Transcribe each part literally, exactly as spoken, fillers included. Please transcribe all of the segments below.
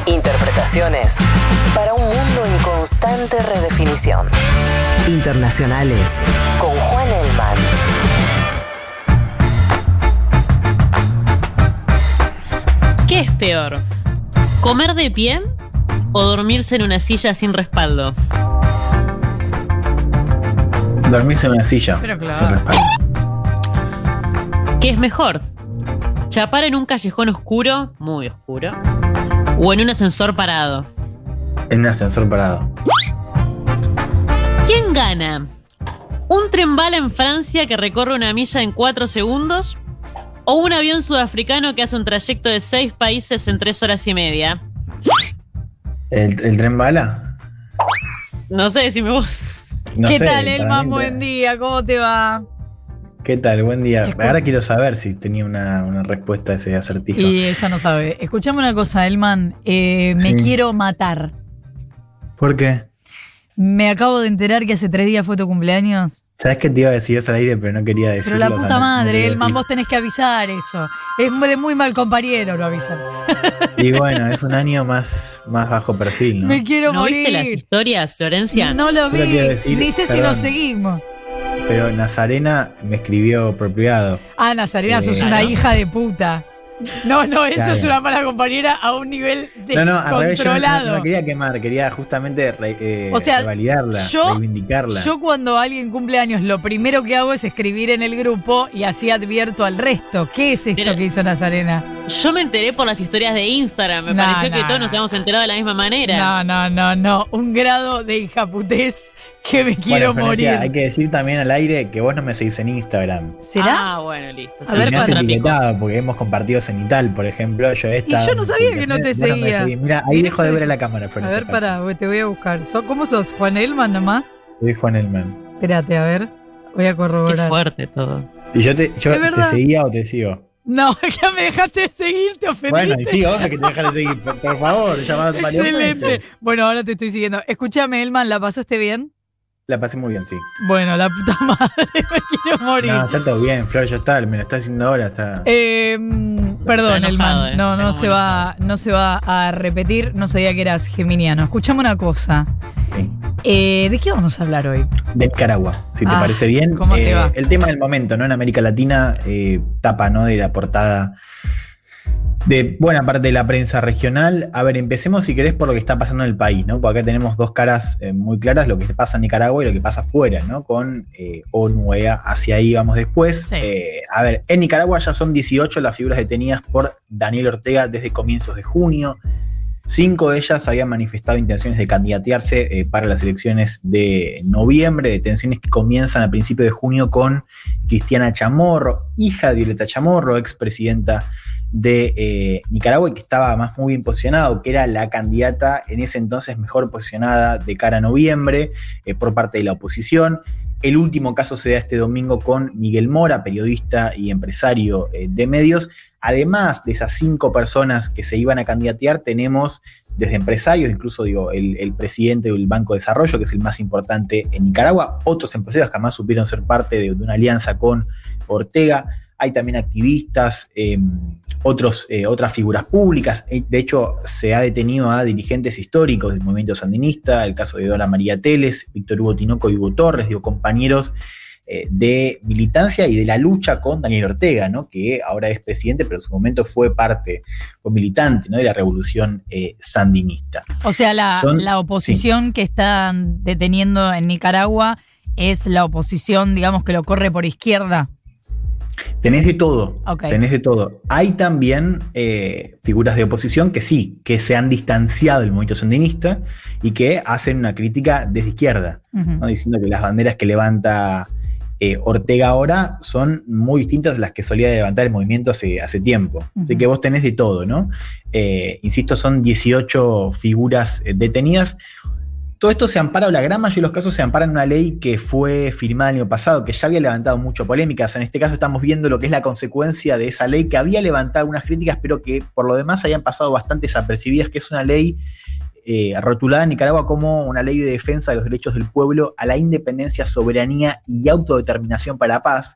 Interpretaciones para un mundo en constante redefinición. Internacionales con Juan Elman. ¿Qué es peor? ¿Comer de pie o dormirse en una silla sin respaldo? Dormirse en una silla. Pero claro. Sin respaldo. ¿Qué es mejor? ¿Chapar en un callejón oscuro, muy oscuro, o en un ascensor parado? En un ascensor parado. ¿Quién gana? ¿Un tren bala en Francia que recorre una milla en cuatro segundos? ¿O un avión sudafricano que hace un trayecto de seis países en tres horas y media? ¿El, el tren bala? No sé, decime vos. No ¿Qué sé, tal, Elman? realmente. Buen día, ¿cómo te va? ¿Qué tal? Buen día. Escu- Ahora quiero saber si tenía una, una respuesta a ese acertijo. Y ella no sabe. Escuchame una cosa, Elman. Eh, me Sí. quiero matar. ¿Por qué? Me acabo de enterar que hace tres días fue tu cumpleaños. ¿Sabes que te iba a decir eso al aire, pero no quería decirlo? Pero la o sea, puta no- no madre, quería Elman, decir. vos tenés que avisar eso. Es de muy mal compañero lo avisar. Y bueno, es un año más, más bajo perfil, ¿no? Me quiero ¿No viste las morir. historias, Florencia? No lo Solo vi. quiero decir, Ni sé si perdón. nos seguimos. Pero Nazarena me escribió por privado. Ah, Nazarena, Eh, sos una claro. hija de puta. No, no, eso Claro. es una mala compañera a un nivel No, no, al revés, yo no, descontrolado. no, no quería quemar, quería justamente re- eh, O sea, revalidarla, yo- reivindicarla. Yo cuando alguien cumple años, lo primero que hago es escribir en el grupo y así advierto al resto. ¿Qué es esto Pero- que hizo Nazarena? Yo me enteré por las historias de Instagram. Me No, pareció no, que todos no. nos habíamos enterado de la misma manera. No, no, no, no. Un grado de hijaputez que me quiero Bueno, Florencia, morir. hay que decir también al aire que vos no me seguís en Instagram. ¿Será? Ah, bueno, listo. A ver, me has Contra pico. etiquetado porque hemos compartido cenital, por ejemplo. Yo esta, Y yo no sabía que no te vos me seguía. seguís. Mira, ahí Mirá dejo de que- ver a la cámara, A Florencia. ver, pará, te voy a buscar. ¿So- ¿Cómo sos? ¿Juan Elman nomás? Soy Juan Elman. Espérate, a ver. Voy a Qué corroborar. fuerte todo. ¿Y yo te, yo Es te verdad. seguía o te sigo? No, que me dejaste de seguir, te ofendiste. Bueno, y sí, obvio que te dejas de seguir. Por, por favor, llamar varias Excelente. veces. Bueno, ahora te estoy siguiendo. Escúchame, Elman, ¿la pasaste bien? La pasé muy bien, sí. Bueno, la puta madre, me quiero morir. No, está todo bien, Flor, ya está, me lo está haciendo ahora, está. Eh, mm, perdón, Está enojado, Elman. eh. No, Está no como se va, no se va a repetir. No sabía que eras geminiano. Escuchame una cosa. Sí. Eh, ¿De qué vamos a hablar hoy? De Nicaragua, si te Ah, parece bien. ¿cómo te Eh, va? El tema del momento, ¿no? En América Latina, eh, tapa, ¿no? De la portada de buena parte de la prensa regional. A ver, empecemos si querés por lo que está pasando en el país, ¿no? Porque acá tenemos dos caras eh, muy claras, lo que pasa en Nicaragua y lo que pasa afuera, ¿no? Con eh, ONU, E A, hacia ahí vamos después. Sí. Eh, a ver, en Nicaragua ya son dieciocho las figuras detenidas por Daniel Ortega desde comienzos de junio. Cinco de ellas habían manifestado intenciones de candidatearse eh, para las elecciones de noviembre, detenciones que comienzan a principios de junio con Cristiana Chamorro, hija de Violeta Chamorro, expresidenta de eh, Nicaragua, y que estaba más muy bien posicionado, que era la candidata en ese entonces mejor posicionada de cara a noviembre eh, por parte de la oposición. El último caso se da este domingo con Miguel Mora, periodista y empresario eh, de medios. Además de esas cinco personas que se iban a candidatear, tenemos desde empresarios, incluso digo, el, el presidente del Banco de Desarrollo, que es el más importante en Nicaragua, otros empresarios que jamás supieron ser parte de, de una alianza con Ortega. Hay también activistas, eh, otros, eh, otras figuras públicas. De hecho, se ha detenido a dirigentes históricos del movimiento sandinista, el caso de Dora María Teles, Víctor Hugo Tinoco y Hugo Torres, digo, compañeros eh, de militancia y de la lucha con Daniel Ortega, ¿no? Que ahora es presidente, pero en su momento fue parte, fue militante, ¿no? De la revolución eh, sandinista. O sea, la, Son- la oposición que están deteniendo en Nicaragua es la oposición, digamos, que lo corre por izquierda. Tenés de todo, Ok. tenés de todo. Hay también eh, figuras de oposición que sí, que se han distanciado del movimiento sandinista y que hacen una crítica desde izquierda, Ujú. ¿no? Diciendo que las banderas que levanta eh, Ortega ahora son muy distintas a las que solía levantar el movimiento hace, hace tiempo. Ujú. Así que vos tenés de todo, ¿no? Eh, insisto, son dieciocho figuras eh, detenidas. Todo esto se ampara, o la gran mayoría de los casos se ampara en una ley que fue firmada el año pasado, que ya había levantado mucho polémicas. En este caso estamos viendo lo que es la consecuencia de esa ley, que había levantado algunas críticas, pero que por lo demás habían pasado bastante desapercibidas, que es una ley eh, rotulada en Nicaragua como una ley de defensa de los derechos del pueblo a la independencia, soberanía y autodeterminación para la paz.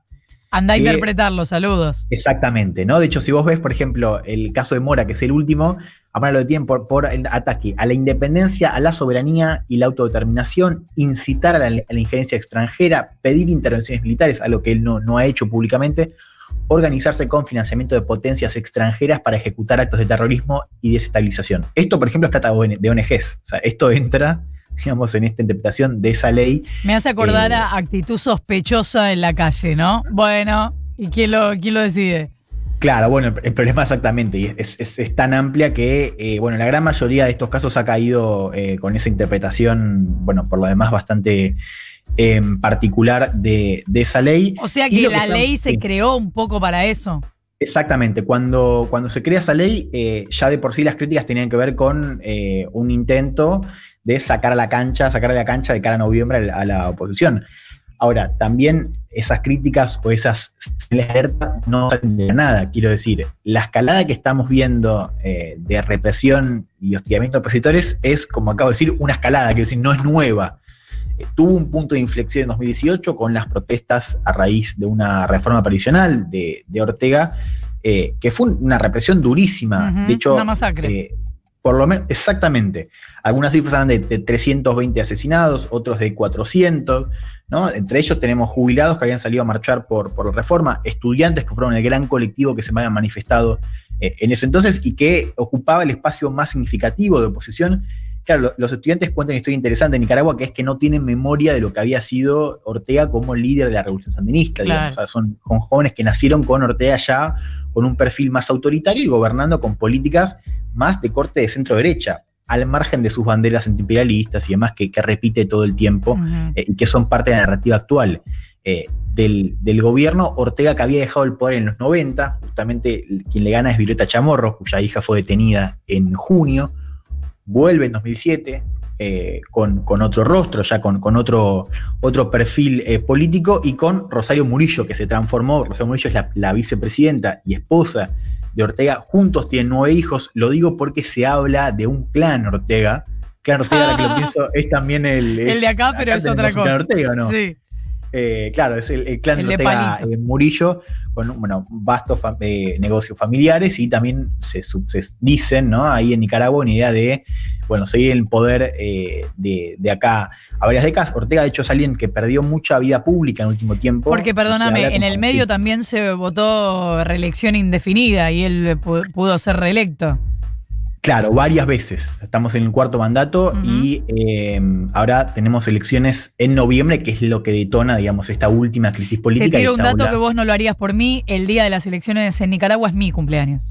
Anda a que, interpretarlo, saludos. Exactamente, ¿no? De hecho, si vos ves, por ejemplo, el caso de Mora, que es el último, ahora lo detienen por, por ataque a la independencia, a la soberanía y la autodeterminación, incitar a la, a la injerencia extranjera, pedir intervenciones militares, algo que él no, no ha hecho públicamente, organizarse con financiamiento de potencias extranjeras para ejecutar actos de terrorismo y desestabilización. Esto, por ejemplo, es plata de O N Ges. O sea, esto entra, digamos, en esta interpretación de esa ley. Me hace acordar eh, a actitud sospechosa en la calle, ¿no? Bueno, ¿y quién lo, quién lo decide? Claro, bueno, el problema exactamente, y es, es, es tan amplia que, eh, bueno, la gran mayoría de estos casos ha caído eh, con esa interpretación, bueno, por lo demás bastante eh, particular de, de esa ley. O sea que la que ley está, se sí. creó un poco para eso. Exactamente, cuando, cuando se crea esa ley, eh, ya de por sí las críticas tenían que ver con eh, un intento de sacar a la cancha, sacar a la cancha de cara a noviembre a la oposición. Ahora, también esas críticas o esas alertas no salen de nada. Quiero decir, la escalada que estamos viendo eh, de represión y hostigamiento a opositores es, como acabo de decir, una escalada, quiero decir, no es nueva. Eh, tuvo un punto de inflexión en dos mil dieciocho con las protestas a raíz de una reforma previsional de, de Ortega, eh, que fue una represión durísima. Uh-huh, de hecho, una masacre. Eh, Por lo menos, exactamente. Algunas cifras hablan de, de trescientos veinte asesinados, otros de cuatrocientos, ¿no? Entre ellos tenemos jubilados que habían salido a marchar por, por la reforma, estudiantes que fueron el gran colectivo que se me habían manifestado eh, en ese entonces y que ocupaba el espacio más significativo de oposición. Claro, lo, los estudiantes cuentan una historia interesante en Nicaragua, que es que no tienen memoria de lo que había sido Ortega como líder de la revolución sandinista. Claro. Digamos. O sea, son, son jóvenes que nacieron con Ortega ya con un perfil más autoritario y gobernando con políticas más de corte de centro-derecha, al margen de sus banderas antiimperialistas y demás que, que repite todo el tiempo uh-huh. eh, y que son parte de la narrativa actual eh, del, del gobierno. Ortega, que había dejado el poder en los noventa, justamente quien le gana es Violeta Chamorro, cuya hija fue detenida en junio, vuelve en dos mil siete eh, con, con otro rostro, ya con, con otro, otro perfil eh, político, y con Rosario Murillo, que se transformó. Rosario Murillo es la, la vicepresidenta y esposa de Ortega. Juntos tienen nueve hijos. Lo digo porque se habla de un clan Ortega. Clan Ortega, ahora que lo pienso, es también el... Es, el de acá, pero acá es otra cosa. Clan Ortega, ¿no? Sí. Eh, claro, es el, el clan el Ortega eh, Murillo, con bueno, vastos fam- eh, negocios familiares, y también se, se dicen, ¿no? Ahí en Nicaragua una idea de, bueno, seguir el poder eh, de, de acá a varias décadas. Ortega, de hecho, es alguien que perdió mucha vida pública en el último tiempo. Porque, perdóname, en el medio también se votó reelección indefinida y él pudo ser reelecto. Claro, varias veces. Estamos en el cuarto mandato uh-huh. y eh, ahora tenemos elecciones en noviembre, que es lo que detona, digamos, esta última crisis política. Te tiro un dato ola. que vos no lo harías por mí. El día de las elecciones en Nicaragua es mi cumpleaños.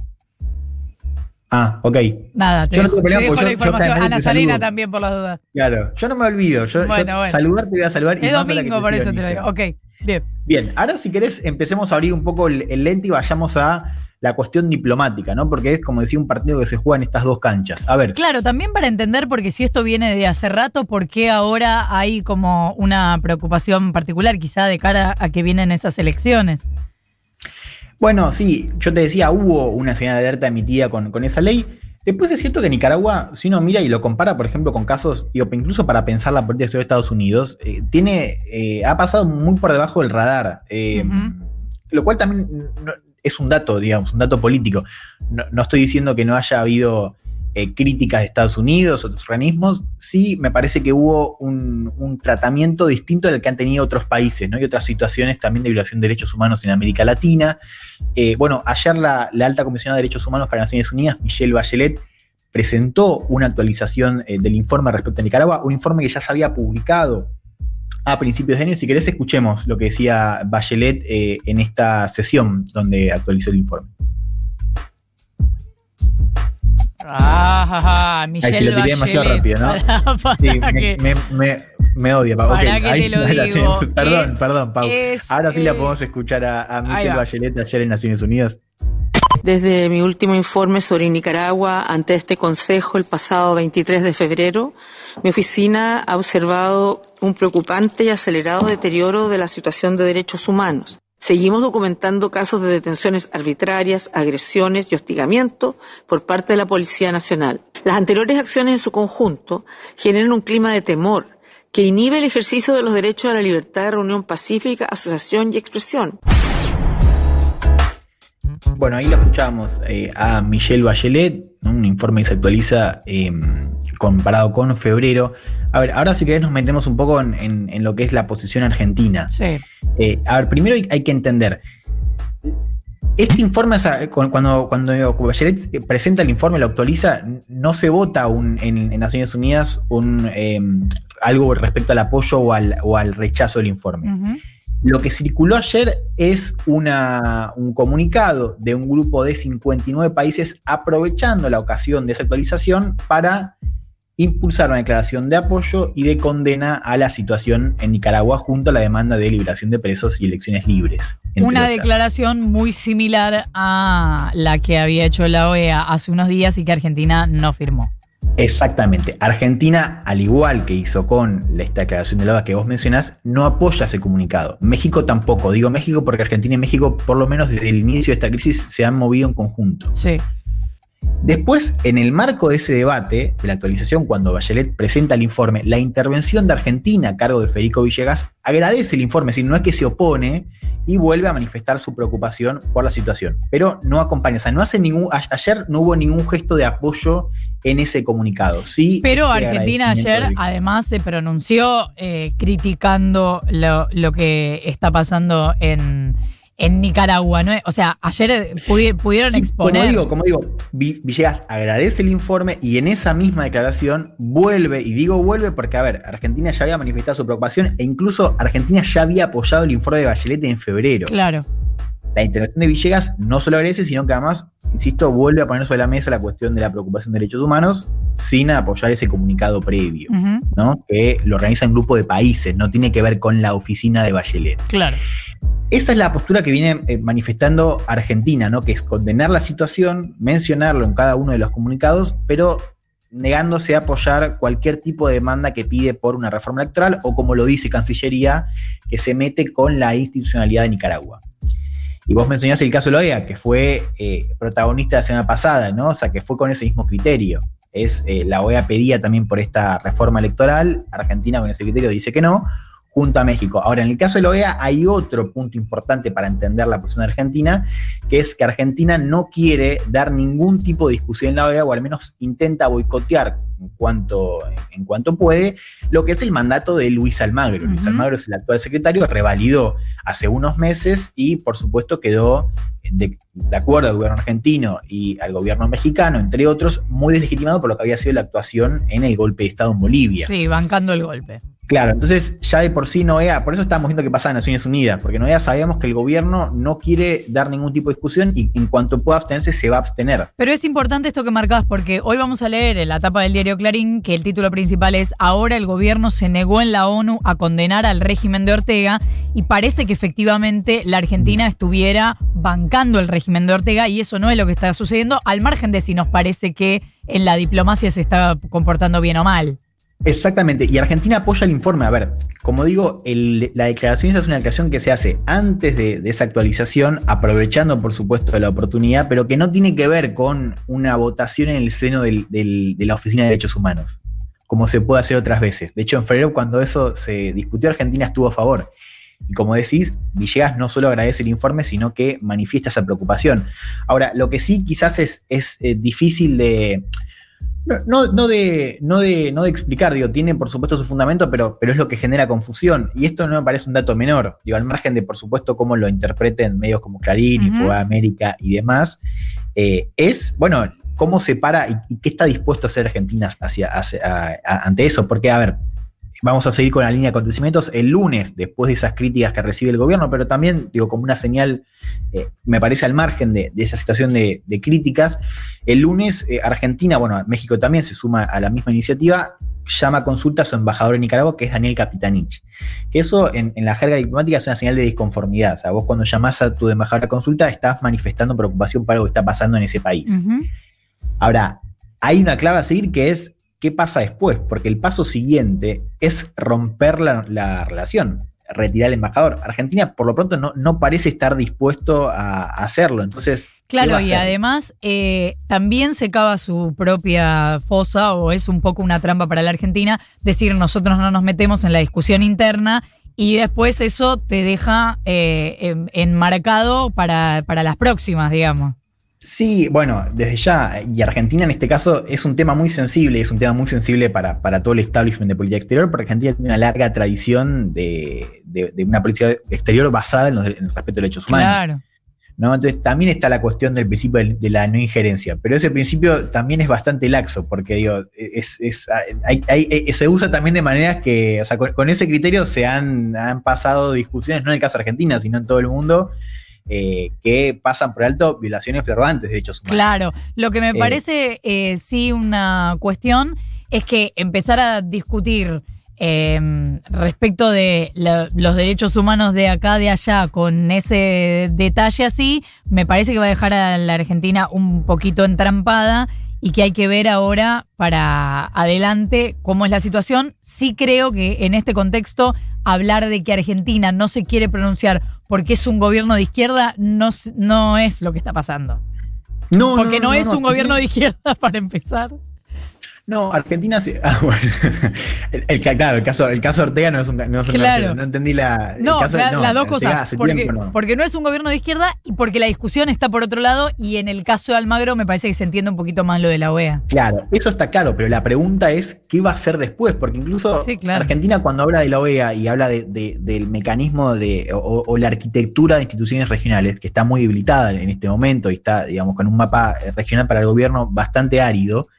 Ah, ok. Nada, te yo dejo, no te, te dejo yo, la información. A Nazarena también, por las dudas. Claro, yo no me olvido. Yo, bueno, yo bueno. saludar te voy a saludar. Es y domingo, por eso te lo digo. Ok, bien. Bien, ahora si querés empecemos a abrir un poco el, el lente y vayamos a la cuestión diplomática, ¿no? Porque es, como decía, un partido que se juega en estas dos canchas. A ver. Claro, también para entender, porque si esto viene de hace rato, ¿por qué ahora hay como una preocupación particular, quizá de cara a que vienen esas elecciones? Bueno, sí, yo te decía, hubo una señal de alerta emitida con, con esa ley. Después es cierto que Nicaragua, si uno mira y lo compara, por ejemplo, con casos, digo, incluso para pensar la política exterior de Estados Unidos, eh, tiene, eh, ha pasado muy por debajo del radar. Eh, uh-huh. Lo cual también no, es un dato, digamos, un dato político. No, no estoy diciendo que no haya habido eh, críticas de Estados Unidos, otros organismos. Sí, me parece que hubo un, un tratamiento distinto al que han tenido otros países, ¿no? Y otras situaciones también de violación de derechos humanos en América Latina. Eh, bueno, ayer la, la alta comisionada de derechos humanos para Naciones Unidas, Michelle Bachelet, presentó una actualización eh, del informe respecto a Nicaragua, un informe que ya se había publicado a principios de año. Si querés, escuchemos lo que decía Bachelet eh, en esta sesión donde actualizó el informe. Ah, Michelle Ahí se lo tiré demasiado rápido, ¿no? Para, para sí, que, me, me, me, me odia, Pau. Para okay, que ahí te lo digo. Perdón, es, perdón, Pau. Es, Ahora sí eh, la podemos escuchar a, a Michelle Bachelet ayer en Naciones Unidas. Desde mi último informe sobre Nicaragua ante este Consejo el pasado veintitrés de febrero, mi oficina ha observado un preocupante y acelerado deterioro de la situación de derechos humanos. Seguimos documentando casos de detenciones arbitrarias, agresiones y hostigamiento por parte de la Policía Nacional. Las anteriores acciones en su conjunto generan un clima de temor que inhibe el ejercicio de los derechos a la libertad de reunión pacífica, asociación y expresión. Bueno, ahí lo escuchábamos eh, a Michelle Bachelet, ¿no? Un informe que se actualiza eh, comparado con febrero. A ver, ahora si querés nos metemos un poco en, en, en lo que es la posición argentina. Sí. Eh, a ver, primero hay, hay que entender. Este informe, o sea, cuando, cuando Bachelet presenta el informe, lo actualiza, no se vota un, en, en Naciones Unidas un, eh, algo respecto al apoyo o al, o al rechazo del informe. Uh-huh. Lo que circuló ayer es una, un comunicado de un grupo de cincuenta y nueve países aprovechando la ocasión de esa actualización para impulsar una declaración de apoyo y de condena a la situación en Nicaragua junto a la demanda de liberación de presos y elecciones libres. Una otras. Declaración muy similar a la que había hecho la O E A hace unos días y que Argentina no firmó. Exactamente. Argentina, al igual que hizo con esta declaración de la O E A que vos mencionás, no apoya ese comunicado. México tampoco. Digo México porque Argentina y México, por lo menos desde el inicio de esta crisis, se han movido en conjunto. Sí. Después, en el marco de ese debate, de la actualización, cuando Bachelet presenta el informe, la intervención de Argentina a cargo de Federico Villegas agradece el informe, es decir, no es que se opone y vuelve a manifestar su preocupación por la situación, pero no acompaña, o sea, no hace ningún, ayer no hubo ningún gesto de apoyo en ese comunicado. Sí, pero Argentina ayer además se pronunció eh, criticando lo, lo que está pasando en... En Nicaragua, ¿no? O sea, ayer pudi- pudieron sí, exponer... Como digo, como digo, Villegas agradece el informe y en esa misma declaración vuelve, y digo vuelve porque, a ver, Argentina ya había manifestado su preocupación e incluso Argentina ya había apoyado el informe de Bachelet en febrero. Claro. La intervención de Villegas no solo agradece, sino que además, insisto, vuelve a poner sobre la mesa la cuestión de la preocupación de derechos humanos sin apoyar ese comunicado previo, uh-huh. ¿no? Que lo organiza un grupo de países, no tiene que ver con la oficina de Bachelet. Claro. Esa es la postura que viene eh, manifestando Argentina, ¿no? Que es condenar la situación, mencionarlo en cada uno de los comunicados, pero negándose a apoyar cualquier tipo de demanda que pide por una reforma electoral o, como lo dice Cancillería, que se mete con la institucionalidad de Nicaragua. Y vos mencionás el caso de la O E A, que fue eh, protagonista la semana pasada, ¿no? O sea, que fue con ese mismo criterio. Es, eh, la O E A pedía también por esta reforma electoral, Argentina con ese criterio dice que no, junto a México. Ahora, en el caso de la O E A hay otro punto importante para entender la posición de Argentina, que es que Argentina no quiere dar ningún tipo de discusión en la O E A, o al menos intenta boicotear en cuanto, en cuanto puede, lo que es el mandato de Luis Almagro. Uh-huh. Luis Almagro es el actual secretario, revalidó hace unos meses y, por supuesto, quedó de, de acuerdo al gobierno argentino y al gobierno mexicano, entre otros, muy deslegitimado por lo que había sido la actuación en el golpe de Estado en Bolivia. Sí, bancando el golpe. Claro, entonces ya de por sí N O E A, por eso estábamos viendo que pasaba en Naciones Unidas, porque N O E A sabíamos que el gobierno no quiere dar ningún tipo de discusión y en cuanto pueda abstenerse, se va a abstener. Pero es importante esto que marcabas, porque hoy vamos a leer en la tapa del diario Clarín que el título principal es "Ahora el gobierno se negó en la ONU a condenar al régimen de Ortega", y parece que efectivamente la Argentina estuviera bancando el régimen de Ortega, y eso no es lo que está sucediendo, al margen de si nos parece que en la diplomacia se está comportando bien o mal. Exactamente, y Argentina apoya el informe. A ver, como digo, el, la declaración es una declaración que se hace antes de, de esa actualización, aprovechando por supuesto la oportunidad, pero que no tiene que ver con una votación en el seno del, del, de la Oficina de Derechos Humanos, como se puede hacer otras veces. De hecho, en febrero, cuando eso se discutió, Argentina estuvo a favor. Y como decís, Villegas no solo agradece el informe, sino que manifiesta esa preocupación. Ahora, lo que sí quizás es, es eh, difícil de... No, no, de, no, de, no de explicar, digo, tiene por supuesto su fundamento, pero, pero es lo que genera confusión. Y esto no me parece un dato menor, digo, al margen de, por supuesto, cómo lo interpreten medios como Clarín, uh-huh. Info América y demás, eh, es, bueno, cómo se para y, y qué está dispuesto a hacer Argentina hacia, hacia, a, a, ante eso. Porque, a ver, vamos a seguir con la línea de acontecimientos el lunes, después de esas críticas que recibe el gobierno, pero también, digo, como una señal, eh, me parece al margen de, de esa situación de, de críticas, el lunes eh, Argentina, bueno, México también se suma a la misma iniciativa, llama a consulta a su embajador en Nicaragua, que es Daniel Capitanich. Que eso en, en la jerga diplomática es una señal de disconformidad. O sea, vos cuando llamás a tu embajador a consulta estás manifestando preocupación por algo que está pasando en ese país. Uh-huh. Ahora, hay una clave a seguir que es ¿qué pasa después? Porque el paso siguiente es romper la, la relación, retirar al embajador. Argentina, por lo pronto, no, no parece estar dispuesto a, a hacerlo. Entonces, claro, y además eh, también se cava su propia fosa, o es un poco una trampa para la Argentina, decir nosotros no nos metemos en la discusión interna Y después eso te deja eh, enmarcado para, para las próximas, digamos. Sí, bueno, desde ya, y Argentina en este caso es un tema muy sensible, es un tema muy sensible para, para todo el establishment de política exterior, porque Argentina tiene una larga tradición de, de, de una política exterior basada en, los, en el respeto de derechos humanos. Claro. ¿No? Entonces también está la cuestión del principio de, de la no injerencia, pero ese principio también es bastante laxo, porque digo, es, es, hay, hay, se usa también de maneras que, o sea, con, con ese criterio se han, han pasado discusiones, no en el caso de Argentina, sino en todo el mundo, Eh, que pasan por alto violaciones flagrantes de derechos humanos. Claro, lo que me eh, parece eh, sí una cuestión es que empezar a discutir eh, respecto de la, los derechos humanos de acá, de allá, con ese detalle así, me parece que va a dejar a la Argentina un poquito entrampada y que hay que ver ahora para adelante cómo es la situación. Sí creo que en este contexto hablar de que Argentina no se quiere pronunciar porque es un gobierno de izquierda no, no es lo que está pasando. No, porque no, no, no es no, un no, gobierno no. de izquierda para empezar. No, Argentina sí. Ah, bueno. El, el, claro, el caso, el caso Ortega no es un, no es un claro. caso, no entendí la. El no, caso, la, no, las dos Ortega cosas. Porque no. porque no es un gobierno de izquierda y porque la discusión está por otro lado. Y en el caso de Almagro me parece que se entiende un poquito más lo de la O E A. Claro, eso está claro, pero la pregunta es qué va a hacer después, porque incluso sí, claro. Argentina cuando habla de la O E A y habla de, de, del mecanismo de o, o la arquitectura de instituciones regionales, que está muy debilitada en este momento y está, digamos, con un mapa regional para el gobierno bastante árido.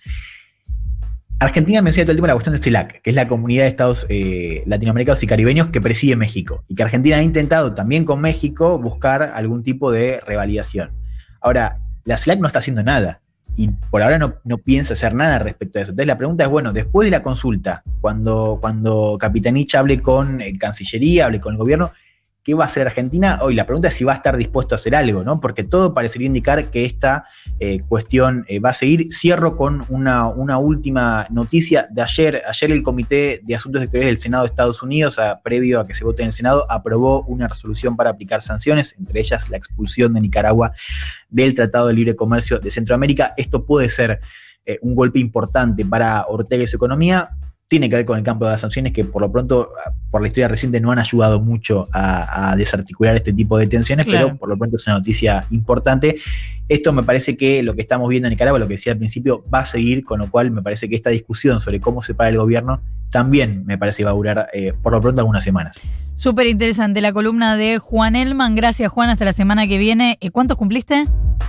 Argentina menciona todo el tiempo la cuestión de CELAC, que es la comunidad de estados eh, latinoamericanos y caribeños que preside México, y que Argentina ha intentado también con México buscar algún tipo de revalidación. Ahora, la CELAC no está haciendo nada, y por ahora no, no piensa hacer nada respecto a eso. Entonces la pregunta es, bueno, después de la consulta, cuando, cuando Capitanich hable con eh, Cancillería, hable con el gobierno, ¿qué va a hacer Argentina? Hoy la pregunta es si va a estar dispuesto a hacer algo, ¿no? Porque todo parecería indicar que esta eh, cuestión eh, va a seguir. Cierro con una, una última noticia de ayer. Ayer el Comité de Asuntos Exteriores del Senado de Estados Unidos, a, previo a que se vote en el Senado, aprobó una resolución para aplicar sanciones, entre ellas la expulsión de Nicaragua del Tratado de Libre Comercio de Centroamérica. Esto puede ser eh, un golpe importante para Ortega y su economía. Tiene que ver con el campo de las sanciones que por lo pronto, por la historia reciente, no han ayudado mucho a, a desarticular este tipo de tensiones, claro. Pero por lo pronto es una noticia importante. Esto me parece que lo que estamos viendo en Nicaragua, lo que decía al principio, va a seguir, con lo cual me parece que esta discusión sobre cómo se para el gobierno también me parece que va a durar eh, por lo pronto algunas semanas. Súper interesante la columna de Juan Elman. Gracias, Juan, hasta la semana que viene. ¿Cuántos cumpliste?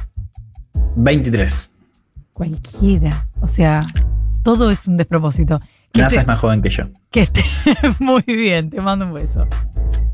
veintitrés. Cualquiera. O sea, todo es un despropósito. NASA es más joven que yo. Que esté muy bien, te mando un beso.